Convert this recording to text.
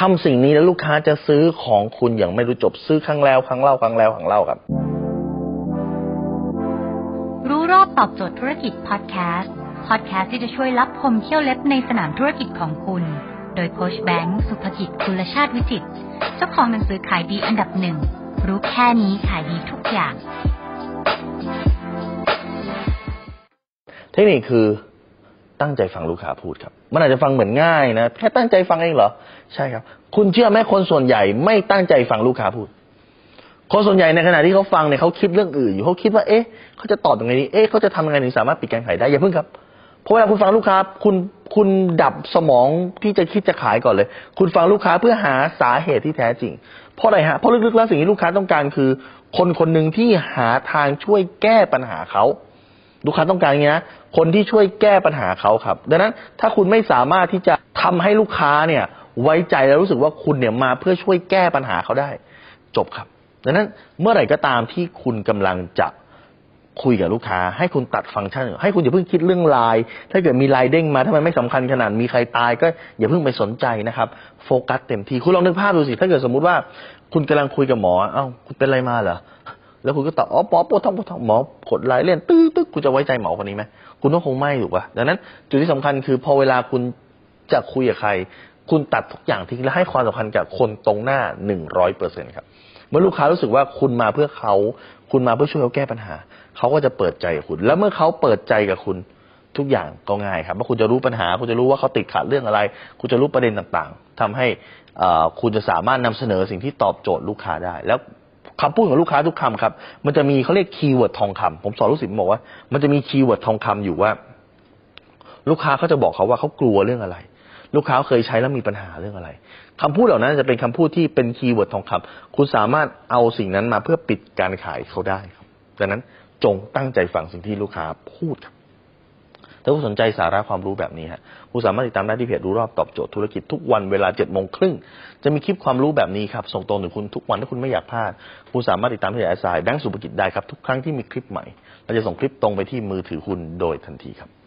ำสิ่งนี้แล้วลูกค้าจะซื้อของคุณอย่างไม่รู้จบซื้อครั้งแล้วครั้งเล่าครั้งแล้วครั้งเล่าครับรู้รอบตอบโจทย์ธุรกิจพอดแคสต์ที่จะช่วยลับพมเที่ยวเล็บในสนามธุรกิจของคุณโดยโค้ชแบงค์สุภกิจกุลชาติวิจิตรเจ้าของหนังสือขายดีอันดับหนึ่งรู้แค่นี้ขายดีทุกอย่างเทคนิคคือตั้งใจฟังลูกค้าพูดครับมันอาจจะฟังเหมือนง่ายนะแค่ตั้งใจฟังเองเหรอใช่ครับคุณเชื่อไหมคนส่วนใหญ่ไม่ตั้งใจฟังลูกค้าพูดคนส่วนใหญ่ในขณะที่เขาฟังเนี่ยเขาคิดเรื่องอื่นอยู่เขาคิดว่าเขาจะตอบยังไงดีเขาจะทำยังไงถึงสามารถปิดการขายได้อย่าเพิ่งครับเพราะเวลาคุณฟังลูกค้าคุณดับสมองที่จะคิดจะขายก่อนเลยคุณฟังลูกค้าเพื่อหาสาเหตุที่แท้จริงเพราะอะไรฮะเพราะลึกๆแล้วสิ่งที่ลูกค้าต้องการคือคนคนหนึ่งที่หาทางช่วยแก้ปัญหาเขาลูกค้าต้องการอย่างนี้นะคนที่ช่วยแก้ปัญหาเขาครับดังนั้นถ้าคุณไม่สามารถที่จะทำให้ลูกค้าเนี่ยไว้ใจและรู้สึกว่าคุณเนี่ยมาเพื่อช่วยแก้ปัญหาเขาได้จบครับดังนั้นเมื่อไหร่ก็ตามที่คุณกำลังจะคุยกับลูกค้าให้คุณตัดฟังก์ชันให้คุณอย่าเพิ่งคิดเรื่องไลน์ถ้าเกิดมีไลน์เด้งมาถ้ามันไม่สำคัญขนาดมีใครตายก็อย่าเพิ่งไปสนใจนะครับโฟกัสเต็มที่คุณลองนึกภาพดูสิถ้าเกิดสมมุติว่าคุณกำลังคุยกับหมอคุณเป็นอะไรมาเหรอแล้วคุณก็ตอบหมอปวดท้องหมอกดไลน์เล่นตึ๊กคุณจะไว้ใจหมอคนนี้ไหมคุณต้องคงไม่ถูกป่ะดังนั้นจุดที่สำคัญคือพอเวลาคุณจะคุยกับใครคุณตัดทุกอย่างทิ้งและให้ความสำคัญกับคนตรงหน้า 100% ครับเมื่อลูกค้ารู้สึกว่าคุณมาเพื่อเขาคุณมาเพื่อช่วยเขาแก้ปัญหาเขาก็จะเปิดใจกับคุณแล้วเมื่อเขาเปิดใจกับคุณทุกอย่างก็ง่ายครับเพราะคุณจะรู้ปัญหาคุณจะรู้ว่าเขาติดขัดเรื่องอะไรคุณจะรู้ประเด็นต่างๆทำให้คุณจะสามารถนำเสนอสิ่งที่ตอบโจทย์ลูกค้าได้แล้วคำพูดของลูกค้าทุกคำครับมันจะมีเขาเรียกคีย์เวิร์ดทองคำผมสอนลูกศิษย์บอกว่ามันจะมีคีย์เวิร์ดทองคำอยู่ว่าลูกค้าเขาจะบอกเขาว่าเขากลัวเรื่องอะไรลูกค้าเคยใช้แล้วมีปัญหาเรื่องอะไรคำพูดเหล่านั้นจะเป็นคำพูดที่เป็นคีย์เวิร์ดทองคำคุณสามารถเอาสิ่งนั้นมาเพื่อปิดการขายเขาได้ครับดังนั้นจงตั้งใจฟังสิ่งที่ลูกค้าพูดครับถ้าคุณสนใจสาระความรู้แบบนี้ฮะคุณสามารถติดตามได้ที่เพจรู้รอบตอบโจทย์ธุรกิจทุกวันเวลา 7:30 น.จะมีคลิปความรู้แบบนี้ครับส่งตรงถึงคุณทุกวันถ้าคุณไม่อยากพลาดคุณสามารถติดตามที่แอสไซน์แบงค์สุภกิจได้ครับทุกครั้งที่มีคลิปใหม่เราจะส่งคลิปตรงไปที่มือถือคุณโดยทันทีครับ